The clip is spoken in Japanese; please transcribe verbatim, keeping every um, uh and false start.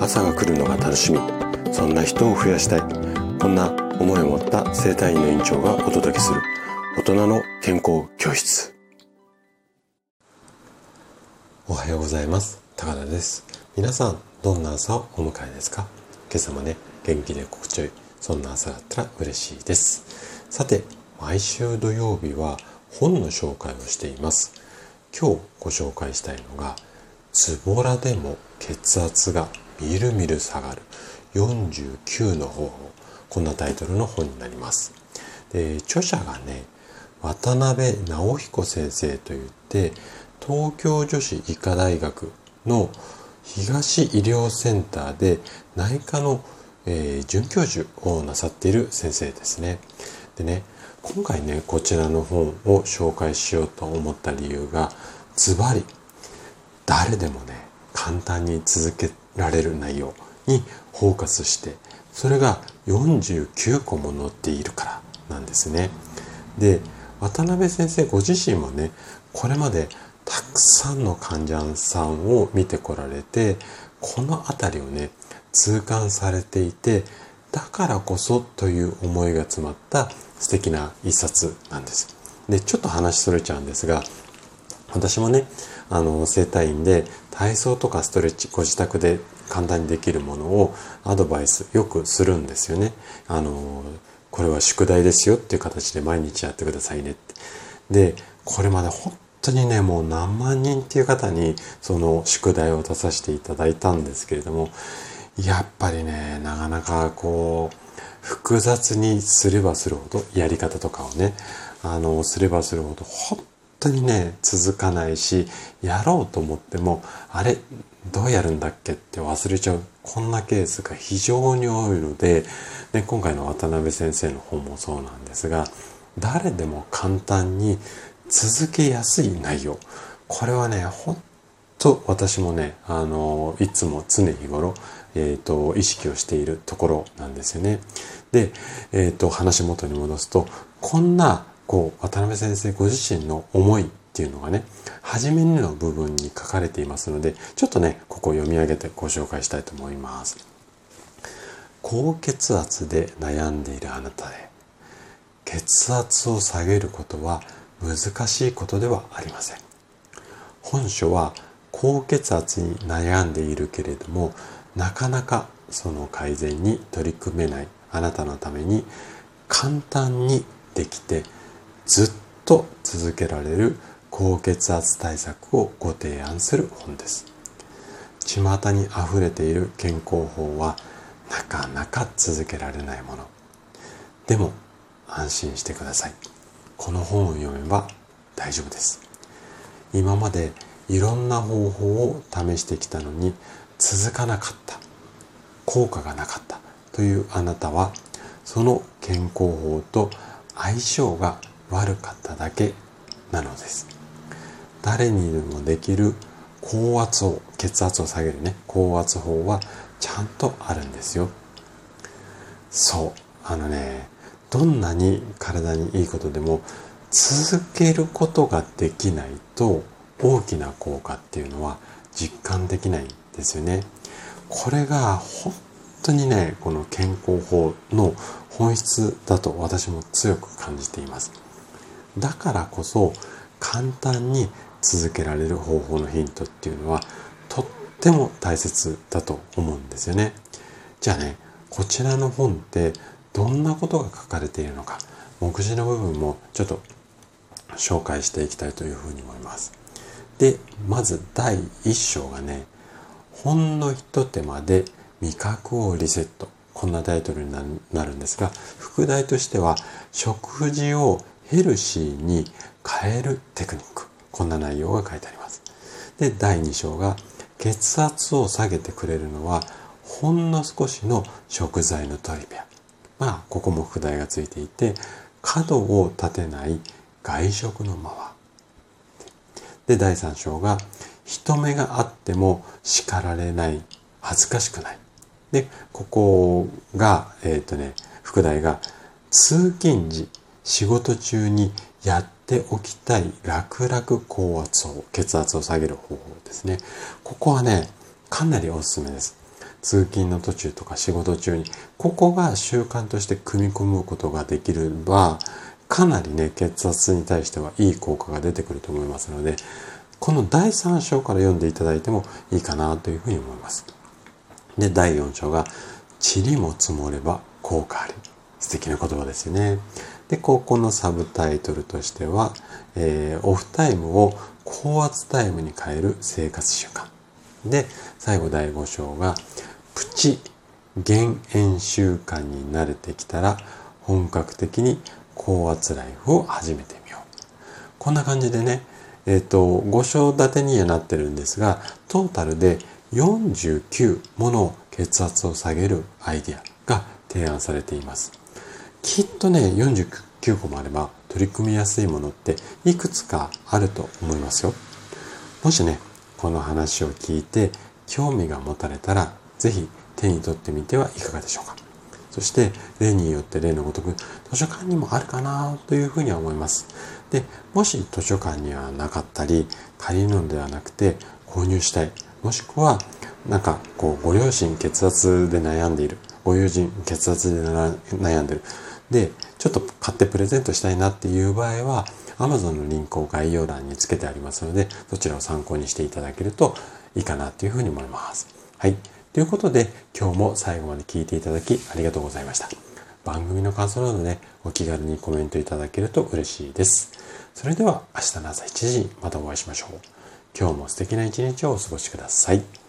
朝が来るのが楽しみ、そんな人を増やしたい、こんな思いを持った整体院の院長がお届けする大人の健康教室。おはようございます。高田です。皆さんどんな朝をお迎えですか？今朝もね、元気で心地よい、そんな朝だったら嬉しいです。さて、毎週土曜日は本の紹介をしています。今日ご紹介したいのが、ズボラでも血圧がみるみる下がるよんじゅうきゅうの方法、こんなタイトルの本になります。で、著者がね、渡辺直彦先生といって、東京女子医科大学の東医療センターで内科の、えー、准教授をなさっている先生ですね。でね、今回ね、こちらの本を紹介しようと思った理由が、ズバリ誰でもね、簡単に続けられる内容にフォーカスして、それがよんじゅうきゅうこも載っているからなんですね。で、渡辺先生ご自身もね、これまでたくさんの患者さんを見てこられて、このあたりをね、痛感されていて、だからこそという思いが詰まった素敵な一冊なんです。で、ちょっと話それちゃうんですが、私もね、あの、整体院で体操とかストレッチ、ご自宅で簡単にできるものをアドバイスよくするんですよね。あの、これは宿題ですよっていう形で毎日やってくださいねって。で、これまで本当にね、もう何万人っていう方にその宿題を出させていただいたんですけれども、やっぱりね、なかなかこう、複雑にすればするほど、やり方とかをね、あの、すればするほど、本当にね、続かないし、やろうと思っても、あれ、どうやるんだっけって忘れちゃう。こんなケースが非常に多いので、で、今回の渡辺先生の本もそうなんですが、誰でも簡単に続けやすい内容。これはね、本当私もね、あの、いつも常日頃、えっと、意識をしているところなんですよね。で、えっと、話元に戻すと、こんな、こう、渡辺先生ご自身の思いっていうのがね、初めにの部分に書かれていますので、ちょっとね、ここを読み上げてご紹介したいと思います。高血圧で悩んでいるあなたへ、血圧を下げることは難しいことではありません。本書は高血圧に悩んでいるけれども、なかなかその改善に取り組めないあなたのために、簡単にできてずっと続けられる高血圧対策をご提案する本です。巷にあふれている健康法はなかなか続けられないもの。でも安心してください。この本を読めば大丈夫です。今までいろんな方法を試してきたのに続かなかった、効果がなかったというあなたは、その健康法と相性が悪かっただけなのです。誰にでもできる高圧法、血圧を下げるね、高圧法はちゃんとあるんですよ。そう、あのね、どんなに体にいいことでも続けることができないと大きな効果っていうのは実感できないんですよね。これが本当にね、この健康法の本質だと私も強く感じています。だからこそ簡単に続けられる方法のヒントっていうのはとっても大切だと思うんですよね。じゃあね、こちらの本ってどんなことが書かれているのか、目次の部分もちょっと紹介していきたいというふうに思います。で、まずだいいっ章がね、ほんのひと手間で味覚をリセット、こんなタイトルになるんですが、副題としては食事をヘルシーに変えるテクニック、こんな内容が書いてあります。で、だいに章が血圧を下げてくれるのはほんの少しの食材のトリビア。まあ、ここも副題がついていて、角を立てない外食のまま。で、だいさん章が人目があっても叱られない、恥ずかしくない。で、ここが、えっとね、副題が通勤時、仕事中にやっておきたい楽々高圧法、血圧を下げる方法ですね。ここはね、かなりおすすめです。 通勤の途中とか仕事中に、ここが習慣として組み込むことができれば、かなりね、血圧に対してはいい効果が出てくると思いますので、このだいさん章から読んでいただいてもいいかなというふうに思います。で、だいよん章が、塵も積もれば効果あり。素敵な言葉ですよね。で、ここのサブタイトルとしては、えー、オフタイムを高圧タイムに変える生活習慣。で、最後だいご章が、プチ減塩習慣に慣れてきたら、本格的に高圧ライフを始めてみよう。こんな感じでね、えっと、ご章立てにはなってるんですが、トータルでよんじゅうきゅうもの血圧を下げるアイディアが提案されています。きっとね、よんじゅうきゅうこもあれば取り組みやすいものっていくつかあると思いますよ。もしね、この話を聞いて興味が持たれたら、ぜひ手に取ってみてはいかがでしょうか。そして例によって例のごとく図書館にもあるかなというふうには思います。で、もし図書館にはなかったり、借りるのではなくて購入したい、もしくはなんかこうご両親血圧で悩んでいる、ご友人血圧で悩んでいる、でちょっと買ってプレゼントしたいなっていう場合は Amazon のリンクを概要欄につけてありますので、そちらを参考にしていただけるといいかなというふうに思います。はい。ということで、今日も最後まで聞いていただきありがとうございました。番組の感想などね、お気軽にコメントいただけると嬉しいです。それでは明日の朝しちじにまたお会いしましょう。今日も素敵な一日をお過ごしください。